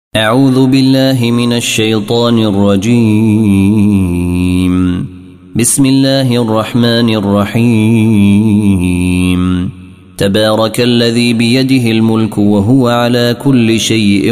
أعوذ بالله من الشيطان الرجيم. بسم الله الرحمن الرحيم. تبارك الذي بيده الملك وهو على كل شيء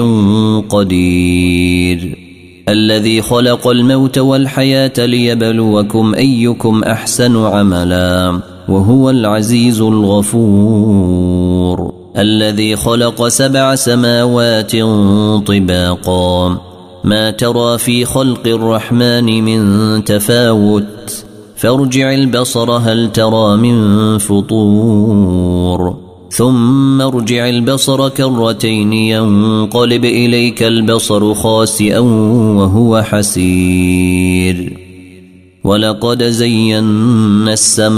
قدير، الذي خلق الموت والحياة ليبلوكم أيكم أحسن عملا، وهو العزيز الغفور، الذي خلق 7 سماوات طباقا، ما ترى في خلق الرحمن من تفاوت، فارجع البصر هل ترى من فطور، ثم ارجع البصر كرتين ينقلب إليك البصر خاسئا وهو حسير. ولقد زينا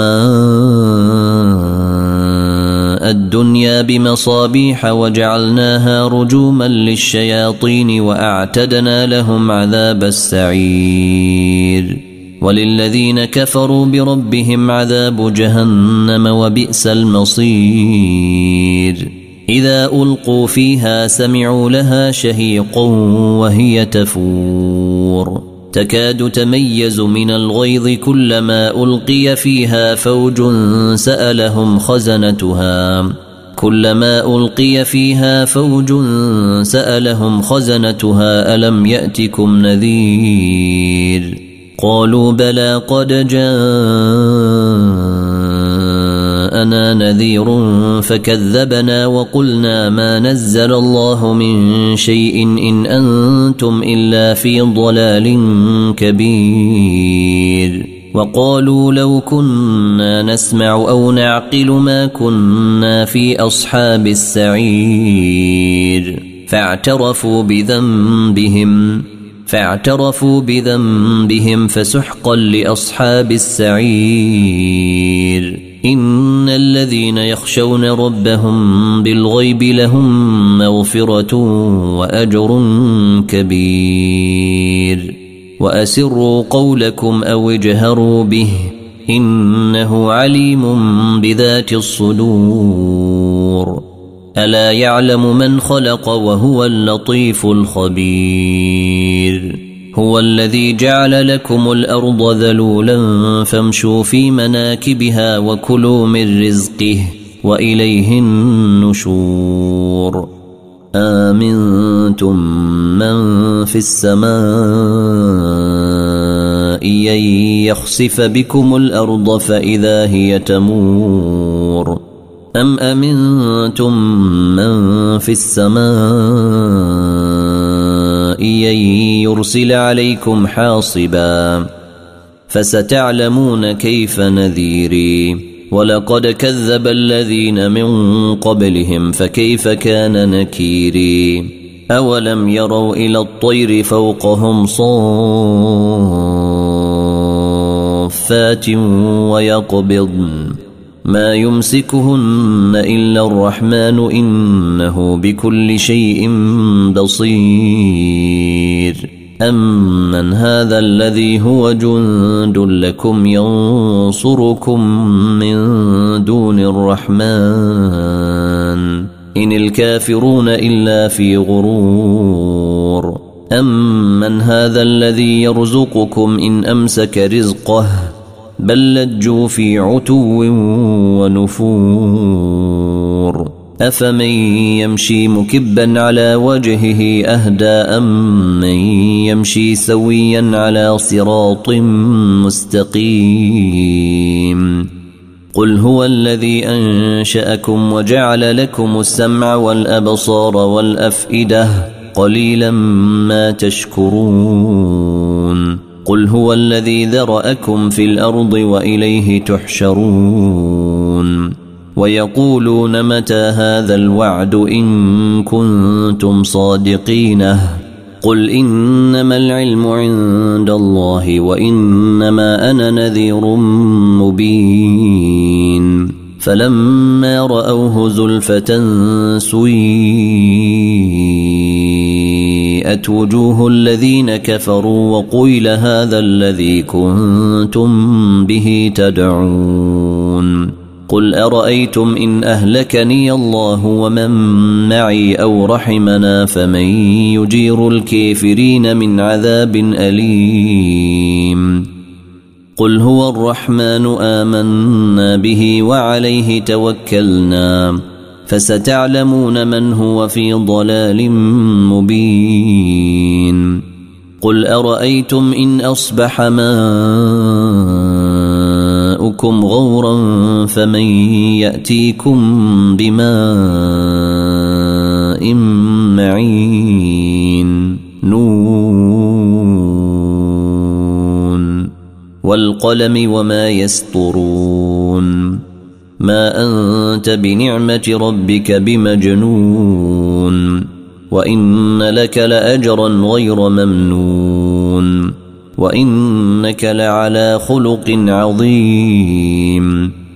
السماء الدنيا بمصابيح وجعلناها رجوما للشياطين وأعتدنا لهم عذاب السعير. وللذين كفروا بربهم عذاب جهنم وبئس المصير. إذا ألقوا فيها سمعوا لها شهيقا وهي تفور، تكاد تميز من الغيظ كلما ألقي فيها فوج سألهم خزنتها ألم يأتكم نذير؟ قالوا بلى قد جاءنا نذير فكذبنا وقلنا ما نزل الله من شيء إن أنتم إلا في ضلال كبير. وقالوا لو كنا نسمع أو نعقل ما كنا في أصحاب السعير. فاعترفوا بذنبهم فسحقا لأصحاب السعير. إن الذين يخشون ربهم بالغيب لهم مغفرة وأجر كبير. وأسروا قولكم أو اجهروا به إنه عليم بذات الصدور. ألا يعلم من خلق وهو اللطيف الخبير. هو الذي جعل لكم الأرض ذلولا فامشوا في مناكبها وكلوا من رزقه وإليه النشور. آمنتم من في السماء أن يخسف بكم الأرض فإذا هي تمور، أم أمنتم من في السماء أن يرسل عليكم حاصبا، فستعلمون كيف نذيري. ولقد كذب الذين من قبلهم فكيف كان نكيري. أولم يروا إلى الطير فوقهم صافات ويقبضن ما يمسكهن إلا الرحمن إنه بكل شيء بصير. أمن هذا الذي هو جند لكم ينصركم من دون الرحمن إن الكافرون إلا في غرور. أمن هذا الذي يرزقكم إن أمسك رزقه بل لجوا في عتو ونفور. أفمن يمشي مكبا على وجهه أهدى أم من يمشي سويا على صراط مستقيم. قل هو الذي أنشأكم وجعل لكم السمع والأبصار والأفئدة قليلا ما تشكرون. قل هو الذي ذرأكم في الأرض وإليه تحشرون. ويقولون متى هذا الوعد إن كنتم صادقين. قل إنما العلم عند الله وإنما أنا نذير مبين. فلما رأوه زلفة سيئت وجوه الذين كفروا وقيل هذا الذي كنتم به تدعون. قل أرأيتم إن أهلكني الله ومن معي أو رحمنا فمن يجير الكافرين من عذاب أليم قل هو الرحمن آمنا به وعليه توكلنا فستعلمون من هو في ضلال مبين قل أرأيتم إن أصبح ماؤكم غورا فمن يأتيكم بماء معين نون والقلم وما يسطرون ما أنت بنعمة ربك بمجنون وإن لك لأجرا غير ممنون وإنك لعلى خلق عظيم